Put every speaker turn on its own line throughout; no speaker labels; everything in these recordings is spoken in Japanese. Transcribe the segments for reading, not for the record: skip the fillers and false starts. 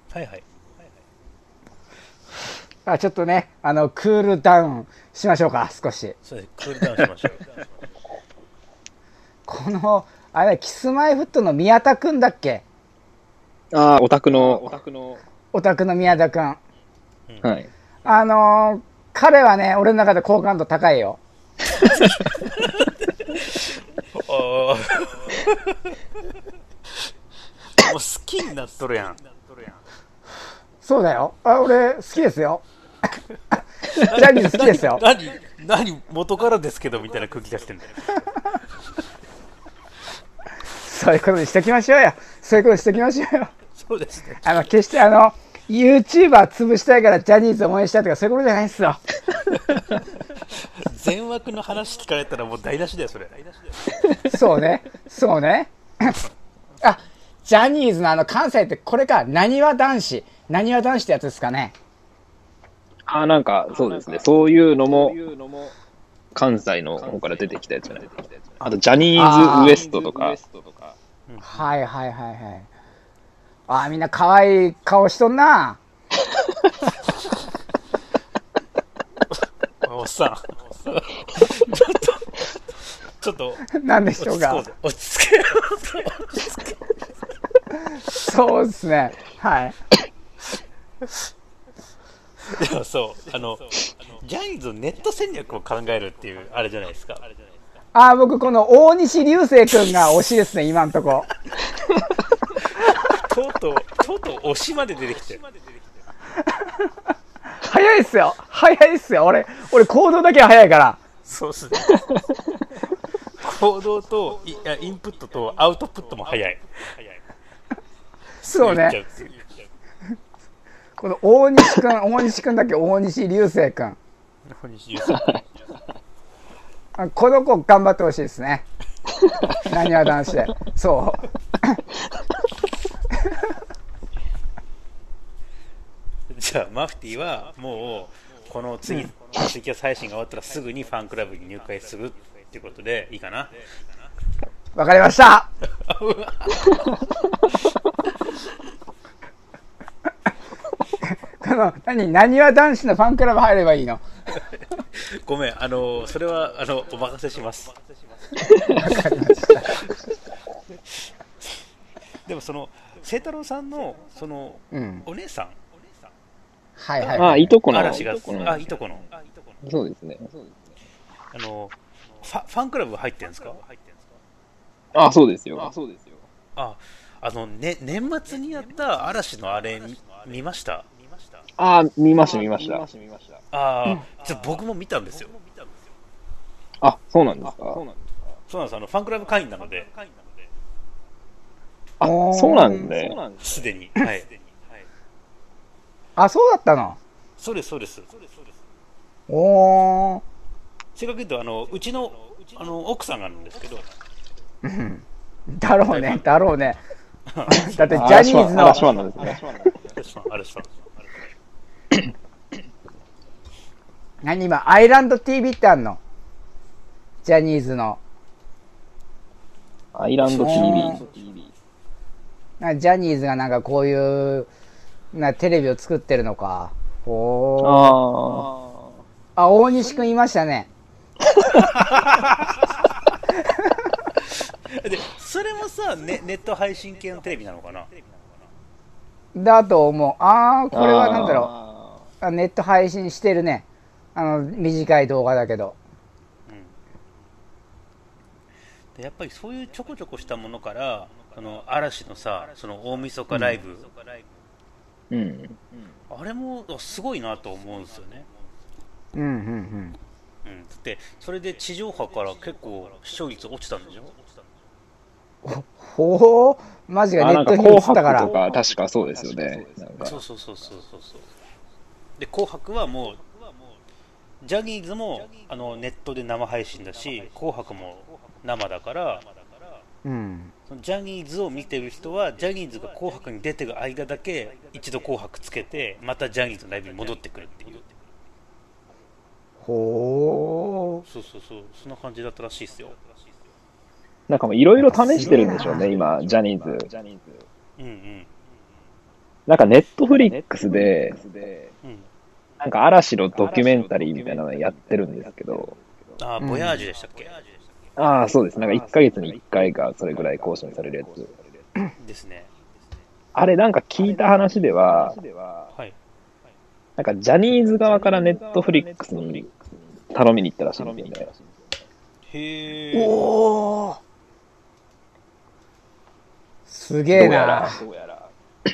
はいはい。
ちょっとね、クールダウンしましょうか、少し。
そうです。クールダウンしましょう。
この、あれ、キスマイフットの宮田くんだっけ？
ああ、オタクの、
オタクの宮田くん。
うん。
はい。
あのー彼はね、俺の中で好感度高いよ。
あもう好きになっとるやん。
そうだよ。俺、好きですよ。ジャニーズ好きですよ。
何元からですけどみたいな空気出してんだよ。
そういうことにしときましょうよ。そういうことにしときましょうよ。
そうですね。
決してYouTuber 潰したいからジャニーズを応援したいとかそういうことじゃないですよ。
全枠の話聞かれたらもう台無しだよ、それ。
そうね。そうね。ジャニーズの関西ってこれか、なにわ男子。なにわ男子ってやつですかね。
ああ、なんか、そうですね。そういうのも、関西の方から出てきたやつじゃない。あと、ジャニーズ WEST とか。
はいはいはいはい。みんな可愛い顔しとんな。
おっさん。ちょっと、
なんでしょうか。
落ち着けよ。
そうですね。はい。
でもそう、ジャニーズのネット戦略を考えるっていう、あれじゃないですか。
僕この大西流星くんが推しですね、今んとこ。
とうとう推しまで出てきて。
早いっすよ。早いっすよ。俺行動だけは早いから。
そうっすね。行動とインプットとアウトプットも早い。
そうね。この大西くんだっけ、大西流星くん。この子頑張ってほしいですね。なにわ男子で。そう。
じゃあマフティーはもうこの次、ツイキャス配信が終わったらすぐにファンクラブに入会するっていうことでいいかな。
わかりました。なにわ男子のファンクラブ入ればいいの？
ごめん、それはお任せします。
わかりました。
でも清太郎さんのお姉さん、
はいはいはい。
いとこの。
嵐がいとこの。
そうですね。
ファンクラブ入ってるんですか？
そうですよ。
年末にやった嵐のあれ見ました？
見ました。
僕も見たんですよ。
そうなんですか。
そうなんです。ファンクラブ会員なので。
そうなんで。
すでに。はい。
そうだったの？
そうです。
おー。
正確に言うとうちの奥さんがあるんですけど。
だろうね。だってジャニーズの
嵐ファンなんですね。
嵐ファン。
何今アイランド TV ってあんの？ジャニーズの
アイランド TV。
ジャニーズがなんかこういうテレビを作ってるのか。大西くんいましたね。
でそれもさ、ネット配信系のテレビなのかな？
だと思う。これはなんだろう。ネット配信してるね。短い動画だけど。
でやっぱりそういうちょこちょこしたものから嵐のさ、大晦日ライブ、あれもすごいなと思うんですよね。でそれで地上波から結構視聴率落ちたんでしょ？
マジがネットに映ったから。
紅白とか確かそうですよね。
そうで紅白はもうジャニーズもネットで生配信だし、紅白も生だから、ジャニーズを見てる人はジャニーズが紅白に出てる間だけ一度紅白つけてまたジャニーズのライブに戻ってくるっていう。そうそんな感じだったらしいですよ。
なんかもういろいろ試してるんでしょうね、今ジャニーズ。 なんかネットフリックスで、
うん、
なんか嵐のドキュメンタリーみたいなのやってるんですけど、
ああ、ボヤージュでしたっけ、
ああ、そうです。なんか1ヶ月に1回がそれぐらい更新されるやつ。
ですね。
あれなんか聞いた話では、
はい。
なんかジャニーズ側からネットフリックスに頼みに行ったらしいんですよね。
へえ。
おー、すげえな。
どうやら。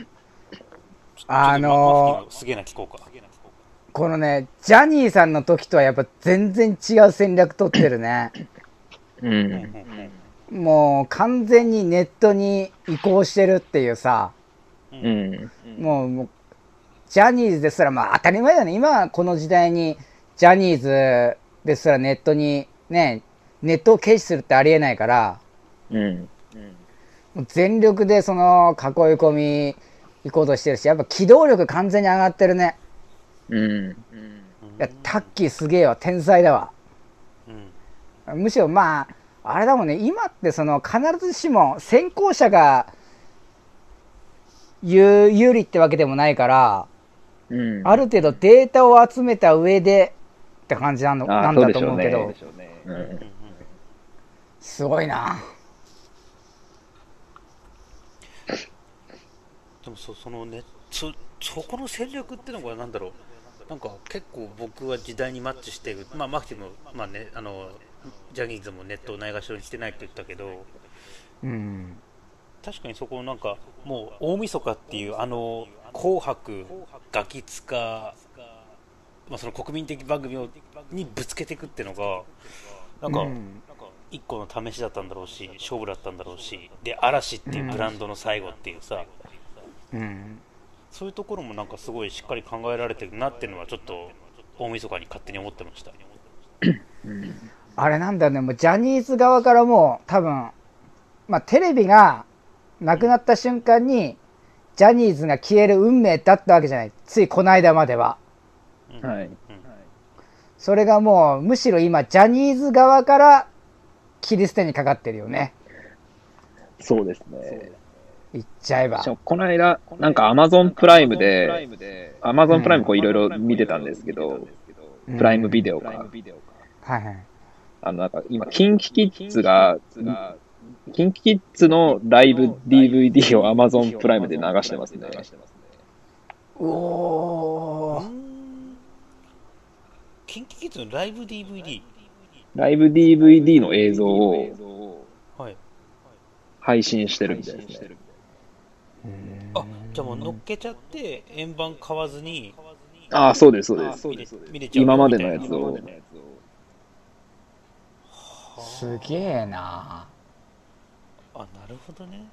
すげえな聞こうか。
このね、ジャニーさんの時とはやっぱ全然違う戦略取ってるね。
うん。
もう完全にネットに移行してるっていうさ、
うん。
もうジャニーズですら、まあ当たり前だね。今この時代にジャニーズですらネットにね、ネットを軽視するってありえないから、
うん。
もう全力でその囲い込み行こうとしてるし、やっぱ機動力完全に上がってるね。
うん。
いや、タッキーすげえわ、天才だわ。むしろまあ、あれだもんね、今ってその必ずしも先行者が有利ってわけでもないから、
うん、
ある程度データを集めた上でって感じなんだと思うけど、すごいな。
でもそのね、そこの戦略ってのがなんだろう、なんか結構僕は時代にマッチしてる、まあマキティも、まあね、ジャニーズもネットをないがしろにしてないって言ったけど、
うん、
確かにそこをなんかもう大晦日っていう紅白ガキツカ、まあ、その国民的番組にぶつけていくっていうのがなんか、一個の試しだったんだろうし、勝負だったんだろうし、で嵐っていうブランドの最後っていうさ、そういうところもなんかすごいしっかり考えられてるなっていうのはちょっと大晦日に勝手に思ってました。
あれなんだよね、もうジャニーズ側からも多分、まあ、テレビがなくなった瞬間にジャニーズが消える運命だったわけじゃない、ついこの間までは。
はい。
それがもうむしろ今ジャニーズ側から切り捨てにかかってるよね。
そうですね。
言っちゃえば。
この間、なんか Amazon プライムで、Amazon プライムこういろいろ見てたんですけど、プライムビデオか。
はいはい。
なんか今、キンキキッズのライブ DVD を Amazon プライムで流してますね。
おー。
キンキキッズのライブ DVD？
ライブ DVD の映像を配信してるみたいですね。
あ、じゃあもう乗っけちゃって円盤買わずに、
ああ、そうです、そうです。今までのやつを。
すげえな。
あ、なるほどね。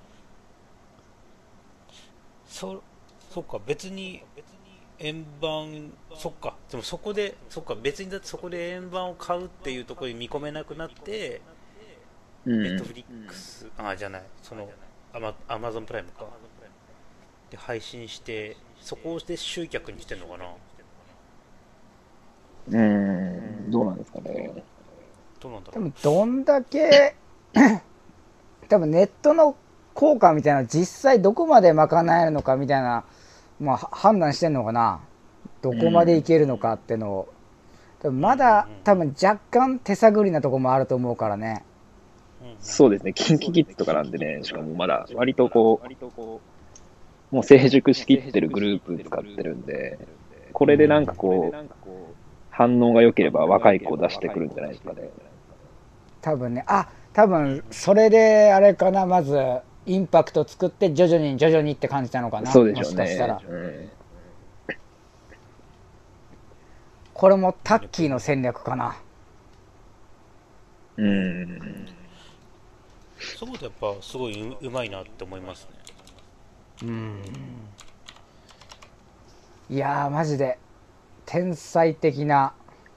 そっか、別に円盤、そっか、でもそっか、別にだってそこで円盤を買うっていうところに見込めなくなって、ネットフリックス、じゃない、そのアマゾンプライムかで配信して、そこで集客にしてんのかな。
どうなんですかね。
どうなんだろう。
多分どんだけ多分ネットの効果みたいな実際どこまで賄えるのかみたいな、まあ、判断してんのかな。どこまでいけるのかってのを、多分まだ多分若干手探りなとこもあると思うからね。
そうですね、キンキキッズとかなんでね、しかもまだ割とこう、もう成熟しきってるグループ使ってるんで、これでなんかこう、反応が良ければ若い子を出してくるんじゃないですかね。
多分ね、多分それであれかな、まずインパクト作って徐々にって感じたのかな。
そうでしょうね。
もしかしたら、これもタッキーの戦略かな。
そうやっぱすごいうまいなって思いますね。
いやーマジで天才的な。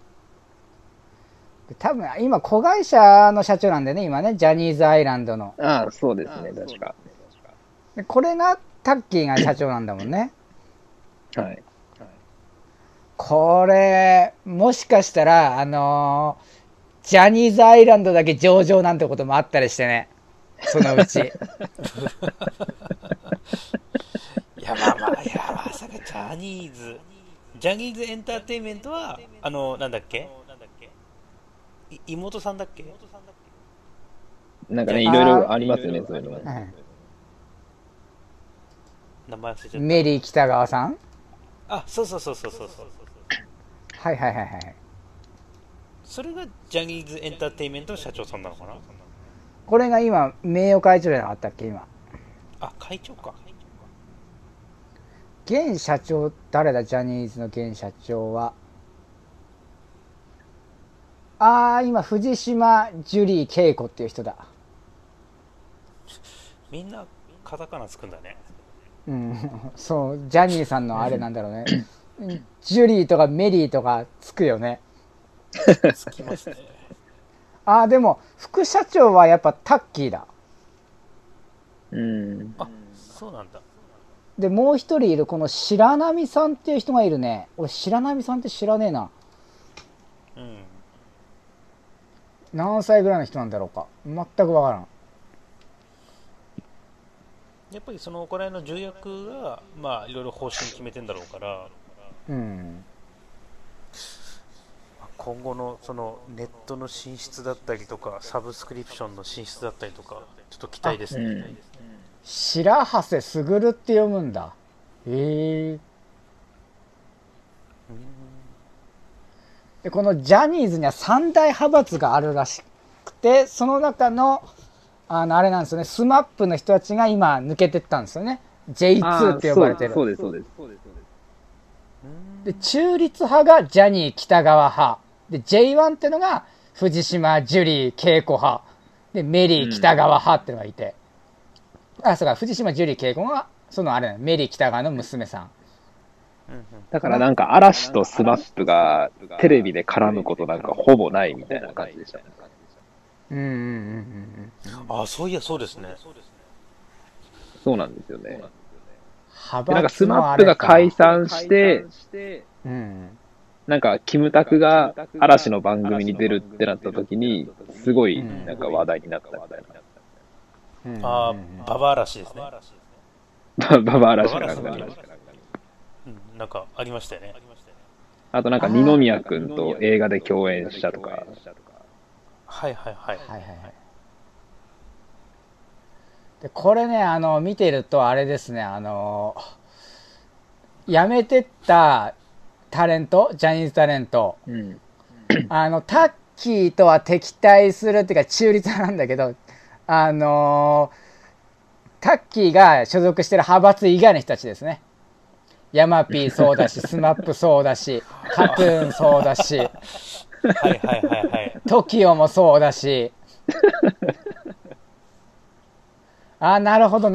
多分今子会社の社長なんでね、今ね、ジャニーズアイランドの。
ああ、そうですね、確か。
これがタッキーが社長なんだもんね。
はい。
これもしかしたらジャニーズアイランドだけ上場なんてこともあったりしてね、そのうち。
いやまあまあ、いやまさかジャニーズエンターテインメントはなんだっけ、妹さんだっけ、
なんかね、いろいろありますよね、そういうの。
名前忘れちゃった。
メリー北川さん。
あ、そうそう。
はいはいはいはい。
それがジャニーズエンターテインメントの社長さんなのかな。
これが今名誉会長じゃなかったっけ今。
あ、会長か。
現社長誰だ、ジャニーズの現社長は。今藤島ジュリー景子っていう人だ。
みんなカタカナつくんだね。
そう、ジャニーさんのあれなんだろうね。ジュリーとかメリーとかつくよね。
つきますね。
でも副社長はやっぱタッキーだ。
あ、そうなんだ。
でもう一人いるこの白波さんっていう人がいるね。俺白波さんって知らねえな。何歳ぐらいの人なんだろうか、全く分からん。
やっぱりそのこれの重役がまあいろいろ方針決めてんだろうから、今後のそのネットの進出だったりとかサブスクリプションの進出だったりとかちょっと期待ですね。
白羽瀬卓って読むんだ。へえ。でこのジャニーズには3大派閥があるらしくて、その中のあれなんですよね、スマップの人たちが今抜けてったんですよね。 J2 って呼ばれてる。
そうです。
で中立派がジャニー喜多川派で、 J1 ってのが藤島ジュリー景子派で、メリー北川派ってのがいて、そうか、藤島ジュリー景子がそのあれメリー北川の娘さん
だからなんか嵐とスマップがテレビで絡むことなんかほぼないみたいな感じでした。
あ、そういやそうですね。
そうなんですよね。で
派
なんかスマップが解散して、なんかキムタクが嵐の番組に出るってなった時にすごいなんか話題になったみたいな。
ババ嵐ですね。
ババ嵐かなんか
なんかありましたよね。
あとなんか二宮君と映画で共演したとか。
はい。
でこれね、見てるとあれですね、辞めてったタレント、ジャニーズタレント、タッキーとは敵対するっていうか中立なんだけど、タッキーが所属してる派閥以外の人たちですね。ヤマピーそうだし、スマップそうだし、カトゥーンそうだし、TOKIO もそうだし。なるほど。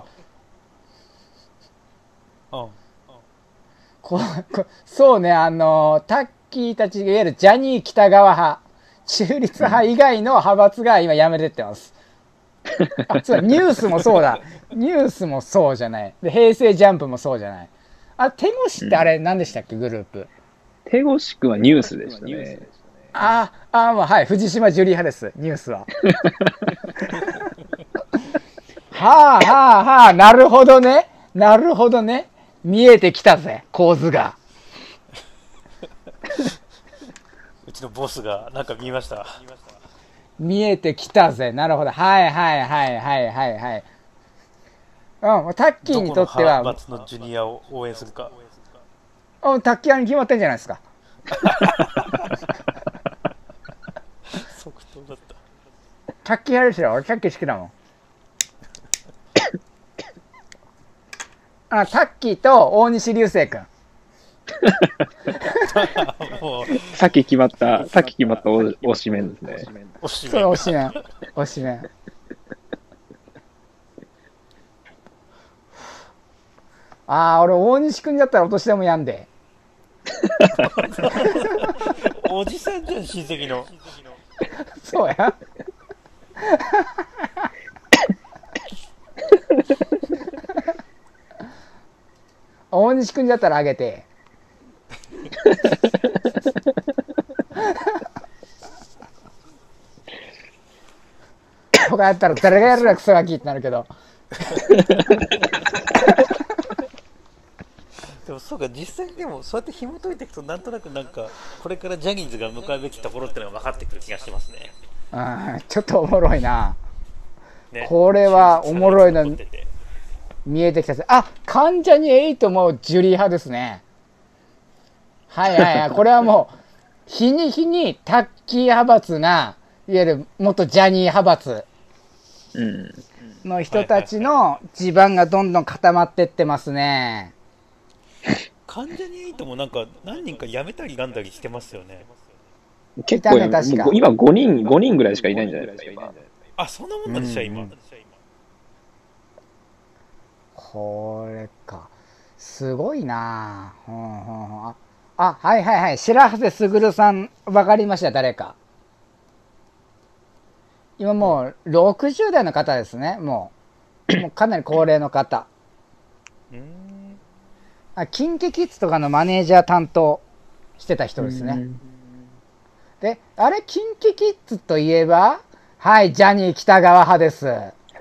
そうね、タッキーたちがいわゆるジャニー喜多川派、中立派以外の派閥が今やめてってます。そうだ、ニュースもそうだ。ニュースもそうじゃない。で、平成ジャンプもそうじゃない。手越ってあれ何でしたっけ、グループ。
手越くんはニュースでしたね。
はい、藤島ジュリー派です、ニュースは。なるほどね。見えてきたぜ、構図が。
うちのボスがなんか見ました。
見えてきたぜ。なるほど。はい。タッキーにとっては。
どこの派閥のジュニアを応援するか。
タッキーに決まってんじゃないですか。
即答だった。
タッキー派ですよ。俺タッキー好きだもん。タッキーと大西流星君。
さっき決まった推しメンですね。
推しメン。俺大西君だったらお年玉やんで。
おじさんじゃん、親戚の。
そうや。大西君だったらあげて。他やったら誰がやるらクソガキってなるけど。
でもそうか、実際にでもそうやって紐解いていくとなんとなくなんかこれからジャニーズが向かうべきところっていうのが分かってくる気がしてますね。
ちょっとおもろいな、
ね、
これはおもろいの見えてきた。あ、関ジャニ∞もジュリー派ですね。はいはいはい。これはもう日に日にタッキー派閥がいわゆる元ジャニー派閥の人たちの地盤がどんどん固まってってますね。
関ジャニ∞もなんか何人か辞めたりなんだりしてますよね。
結構もう今5人ぐらいしかいないんじゃないですか今。
あ、そんなもんなんでした今。
これか、すごいな。あ、はいはいはい、白羽卓さん、わかりました。誰か今もう60代の方ですね。もうかなり高齢の方。キンキキッズとかのマネージャー担当してた人ですね。で、あれキンキキッズといえば、はい、ジャニー喜多川派です。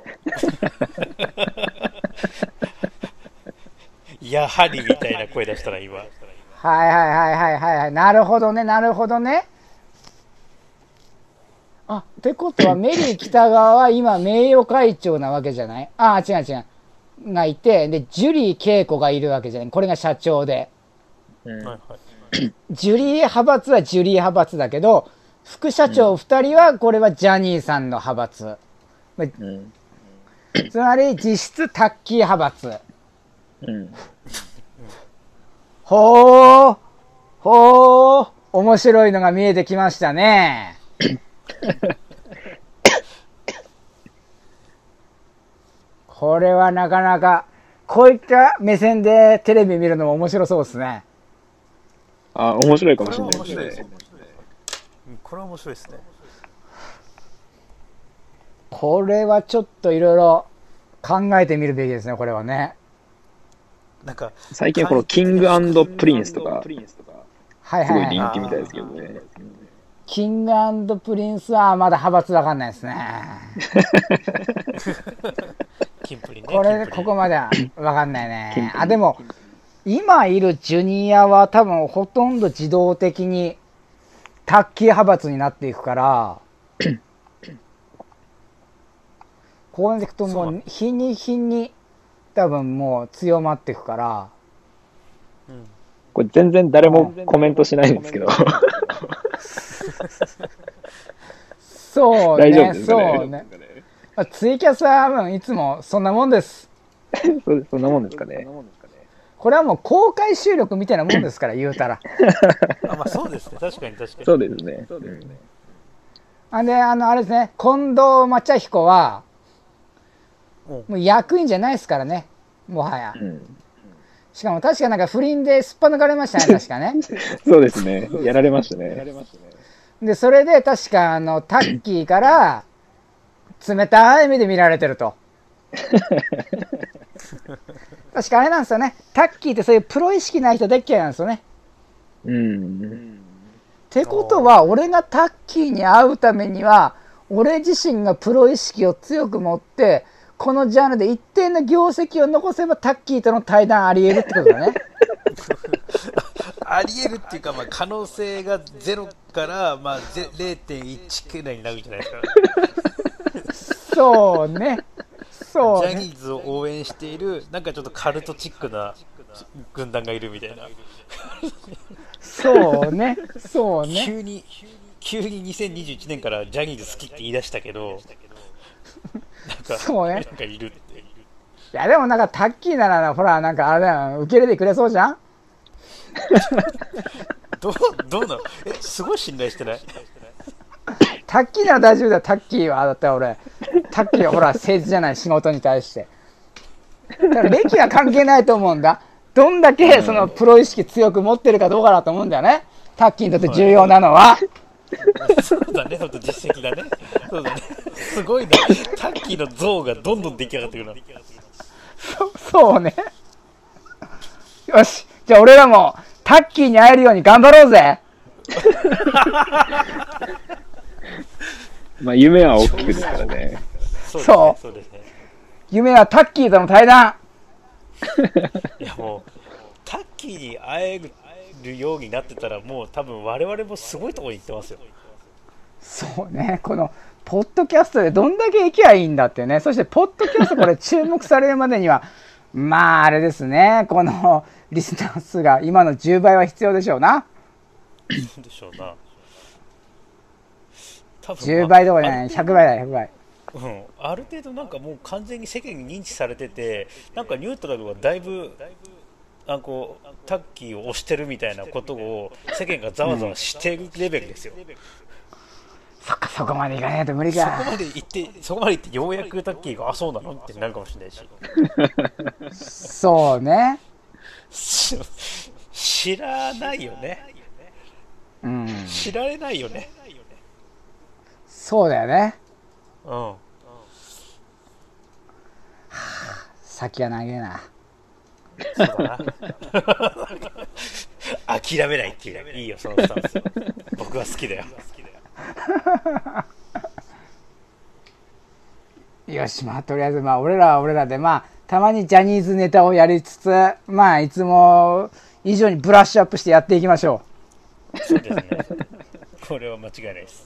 やはりみたいな声出したら今。はい
はいはいはいはいはい。なるほどね、なるほどね。あ、ってことはメリー北川は今名誉会長なわけじゃない？あ、違う違う。がいて、で、ジュリー恵子がいるわけじゃない。これが社長で。ジュリー派閥はジュリー派閥だけど、副社長2人はこれはジャニーさんの派閥。つまり実質タッキー派閥。ほー、ほー、面白いのが見えてきましたね。これはなかなか、こういった目線でテレビ見るのも面白そうですね。
あ、面白いかもしれないですね。
これは面白いですね。
これはちょっといろいろ考えてみるべきですね、これはね。
なんか
最近このキング&プリンスとか、すごい人気みたいですけどね。
キング&プリンスはまだ派閥わかんないですね。これ、ここまではわかんないね。あ、でも、今いるジュニアは多分ほとんど自動的にタッキー派閥になっていくから、こうなっていくともう日に日に多分もう強まっていくから。
これ全然誰もコメントしないんですけど。
そうね、そうね。ツイキャスはいつもそんなもんです。
そんなもんですかね。
これはもう公開収録みたいなもんですから、言うたら。
あ、まあそうですね、確かに確かに。
そうですね。
で、あれですね、近藤正彦は、もう役員じゃないですからね、もはや。しかも確かなんか不倫ですっぱ抜かれましたね、確かね。
そうですね、やられましたね。
で、それで確かタッキーから冷たい目で見られてると。確かあれなんですよね、タッキーってそういうプロ意識ない人でっけなんですよね。ってことは、俺がタッキーに会うためには、俺自身がプロ意識を強く持って、このジャンルで一定の業績を残せばタッキーとの対談あり得るってことだね。
あり得るっていうか、まあ、可能性が0から、まあ、0.1 くらいになるんじゃないですか。
そうね。そうね。
ジャニーズを応援している、なんかちょっとカルトチックな軍団がいるみたいな。
そうね。そうね。
急に2021年からジャニーズ好きって言い出したけど、なんか、
そうね。
なんかいるって。
いやでもなんかタッキーならほらなんかあれだよ、受け入れてくれそうじゃん。
どうなの？すごい信頼してない？
タッキーなら大丈夫だよ。タッキーはだって俺タッキーはほら誠実じゃない、仕事に対して。だから歴は関係ないと思うんだ。どんだけそのプロ意識強く持ってるかどうかだと思うんだよね。タッキーにとって重要なのは。
そうだね、ほんと実績だね。そうだね。すごいな。タッキーの像がどんどん出来上がってくるな。
そうね。よし、じゃあ俺らもタッキーに会えるように頑張ろうぜ。
まあ夢は大きくですからね。
そうですね。夢はタッキーとの対談。
いやもうタッキーに会えるようになってたらもう多分我々もすごいところに行ってますよ。
そうね、このポッドキャストでどんだけ行きゃいいんだってね。そしてポッドキャストこれ注目されるまでにはまああれですね、このリスナー数が今の10倍は必要でしょうな。
でしょうな。多分、
10倍とかじゃない、100倍だ、100倍。
ある程度なんかもう完全に世間に認知されてて、なんかニュートラルはだいぶタッキーを推してるみたいなことを世間がざわざわしてるレベルですよ。
そっか、そこまでいかないと無理か。
そこまで行ってようやくタッキーがそうなのってなるかもしれないし。
そうね。
知らないよね。知られないよね。
そうだよね。
うん。
先は長えな。
そうだな。諦めないっていういいよ、そのスタンス。僕は好きだよ。
よし、まあとりあえず俺らは俺らでたまにジャニーズネタをやりつついつも以上にブラッシュアップしてやっていきましょ
う。そうですね。これは間違いないです。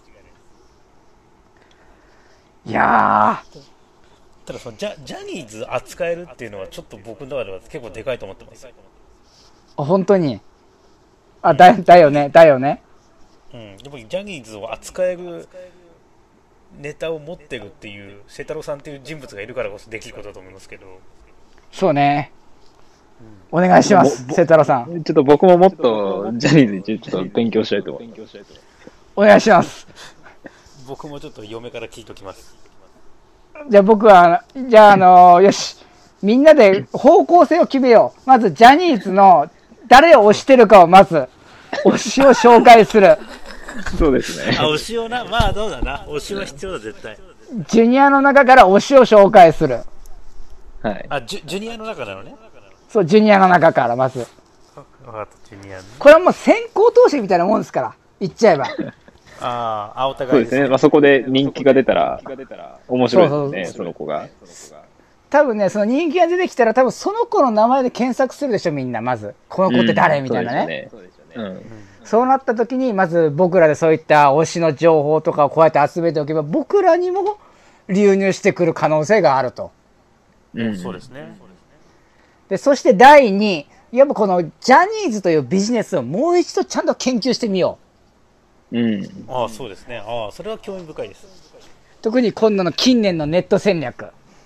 いや
ただそのジャニーズ扱えるっていうのはちょっと僕の中では結構でかいと思ってます。
本当にだよね。で
もジャニーズを扱えるネタを持ってるっていう清太郎さんっていう人物がいるからこそできることだと思いますけど。
そうね、お願いします清太郎さん。
ちょっと僕ももっとジャニーズにちょっと勉強したいと思います。
お願いします。
僕もちょっと嫁から聞いときます。
じゃあ僕はよし、みんなで方向性を決めよう。まずジャニーズの誰を推してるかをまず推しを紹介する。
そうですね。
推しをな、どうだな、推しは必要だ絶対。
ジュニアの中から推しを紹介する。
はい。
ジュニアの中なのね。
そう、ジュニアの中からまず。
分かった、ジュニアね。
これはもう先行投資みたいなもんですから、言っちゃえば。
お互い
そうですね。そこで人気が出たら面白いですね、その子が。
多分ね、その人気が出てきたら多分その子の名前で検索するでしょ、みんな。まずこの子って誰、みたいなね。そうなった時にまず僕らでそういった推しの情報とかをこうやって集めておけば僕らにも流入してくる可能性があると。
そうですね。
でそして第2、やっぱこのジャニーズというビジネスをもう一度ちゃんと研究してみよ
う。
そうですね。それは興味深いです。
特に今度の近年のネット戦略。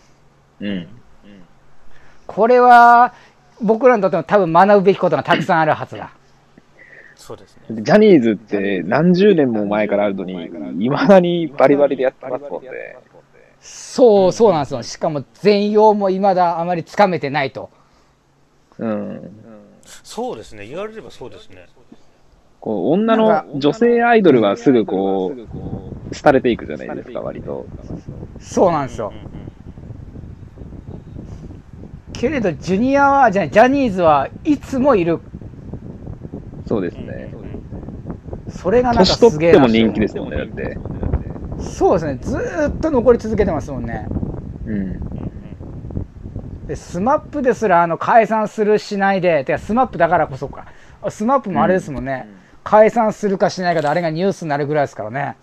これは僕らにとっても多分学ぶべきことがたくさんあるはずだ。
そうですね。
ジャニーズって何十年も前からあるのにいまだにバリバリでやってますもんね。
そうなんですよ。しかも全容も未だあまりつかめてないと。
そうですね。言われればそうですね。
女の女性アイドルはすぐ廃れていくじゃないですか、割と。
そうなんですよ。けれどジャニーズはいつもいる。
そうですね。
それがなんかすげえな。
年取っても人気ですもんね、だって。
そうですね。ずーっと残り続けてますもんね。でスマップですら解散するしないで、てかスマップだからこそか。スマップもあれですもんね。解散するかしないかであれがニュースになるぐらいですからね。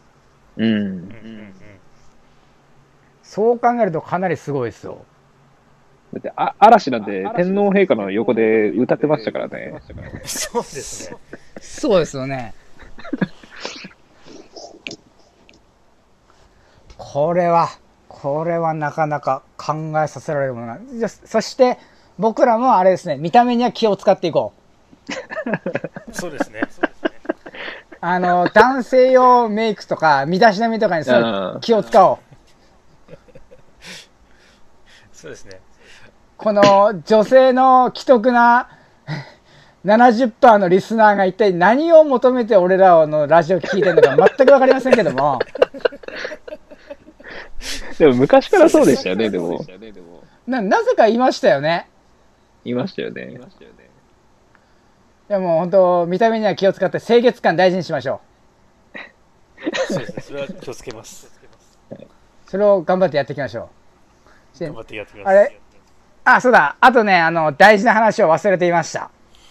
そう考えるとかなりすごいですよ。
だって嵐なんて天皇陛下の横で歌ってましたからね。
そうですね。
そうですよね。これはなかなか考えさせられるものが。そして僕らもあれですね、見た目には気を使っていこ
う。そうですね。
男性用メイクとか身だしなみとかに気を使おう。
そうですね。
この女性の既得な70% のリスナーが一体何を求めて俺らのラジオ聞いてるのか全く分かりませんけども。
でも昔からそうでしたよね、でも。
なぜかいましたよね。
いましたよね。
でも本当見た目には気を使って清潔感大事にしましょ
う。そうですね。それは気をつけます。
それを頑張ってやっていきましょう。
頑張ってやってきます。
あれ、そうだ。あとね、大事な話を忘れていました。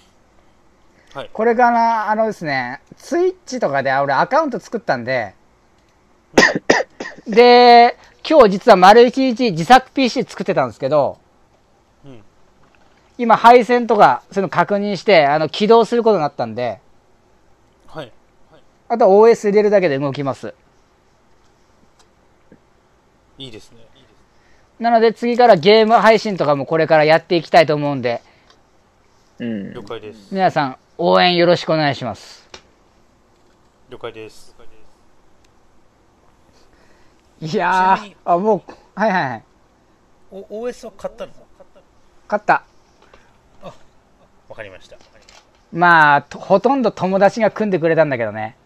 はい、
これからですね、ツイッチとかで俺アカウント作ったんで、で、今日実は丸一日自作 PC 作ってたんですけど、
うん、
今配線とかそういうの確認して起動することになったんで、
はい、
あとは OS 入れるだけで動きます。
いいですね。
なので次からゲーム配信とかもこれからやっていきたいと思うんで、
了解です。
皆さん応援よろしくお願いします。
了解です。
いやー、もう、はいはいはい。
OS は買ったの？
買った。
あ、わかりました。
まあ、ほとんど友達が組んでくれたんだけどね。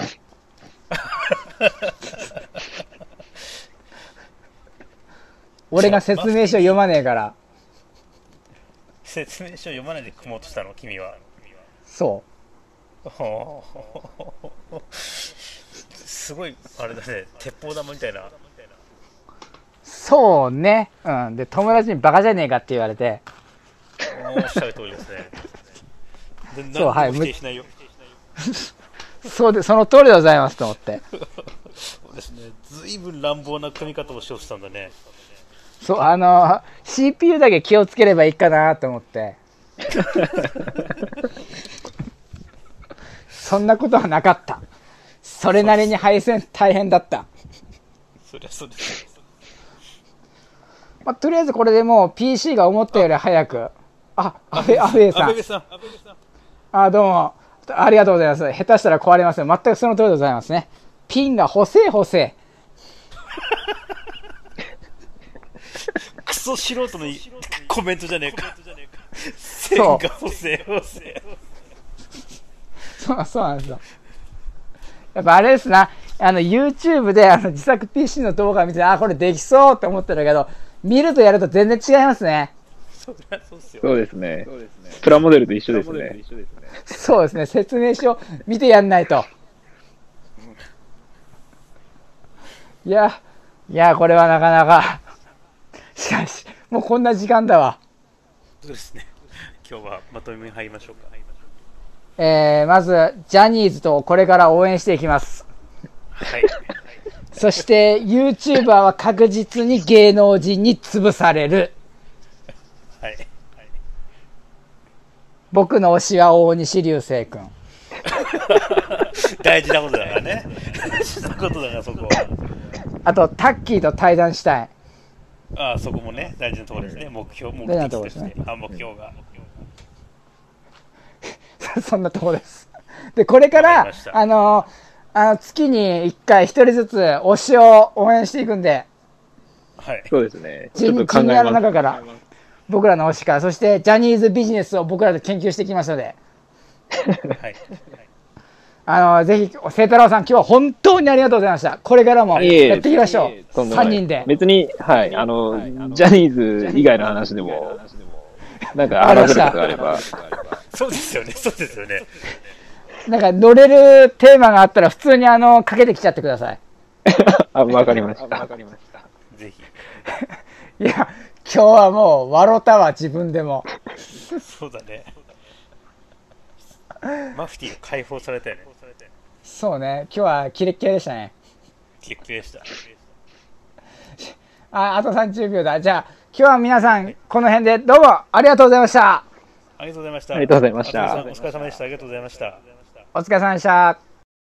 俺が説明書読まねえから。
説明書読まないで組もうとしたの君は？
そう。
すごいあれだね、鉄砲玉みたいな。
そうね。うん。で、友達にバカじゃねえかって言われて。
おっしゃる通りですね。
そう、はい。
否定しないよ。
そうで、その通りでございますと思って。
そうですね。ずいぶん乱暴な組み方をしようとしたんだね。
そう、CPU だけ気をつければいいかなと思って。そんなことはなかった。それなりに配線大変だった。
そりゃそうです。
まあ、とりあえずこれでもう PC が思ったより早く。アフェさん。どうも。ありがとうございます。下手したら壊れますよ。全くその通りでございますね。ピンが細い。
クソ素人のコメントじゃねえか。線が細い。
そうなんですよ。やっぱあれですな。YouTube で自作 PC の動画見て、これできそうって思ってるけど、見るとやると全然違いますね。
そうですね。プラモデルと一緒ですね。
そうですね。説明書見てやんないと。いや、これはなかなか。しかし、もうこんな時間だわ。
そうですね。今日はまとめに入りましょうか。
まず、ジャニーズとこれから応援していきます。
はい。
そして、YouTuber は確実に芸能人に潰される。
はい。
僕の推しは大西流星君。
大事なことだからね。大事なことだから、そこは。
あと、タッキーと対談したい。
そこもね、大事なところですね。目的として。目標が。
そんなところです。で、これから、月に1回1人ずつ推しを応援していくんで、
はい。そうですね。
ジュニアの中から、僕らの推しから、そしてジャニーズビジネスを僕らで研究していきますので、はい。ぜひ、清太郎さん、今日は本当にありがとうございました。これからもやっていきましょう。3人で。
別に、はい、ジャニーズ以外の話でも、なんか話せることがあれば。
そうですよね。
なんか乗れるテーマがあったら普通にかけてきちゃってください。
わかりました。
ぜひ。
いや、今日はもう笑ったわ、自分でも。
そうだね。マフティーが解放されたよね。
そうね、今日はキレッキレでしたね。
キレッキレでした。
あと30秒だ。じゃあ、今日は皆さん、この辺でどうもありがとうございました。
ありがとうございました。
ありがとうございました。
お疲れ様でした。ありがとうございました。
お疲れ様でした。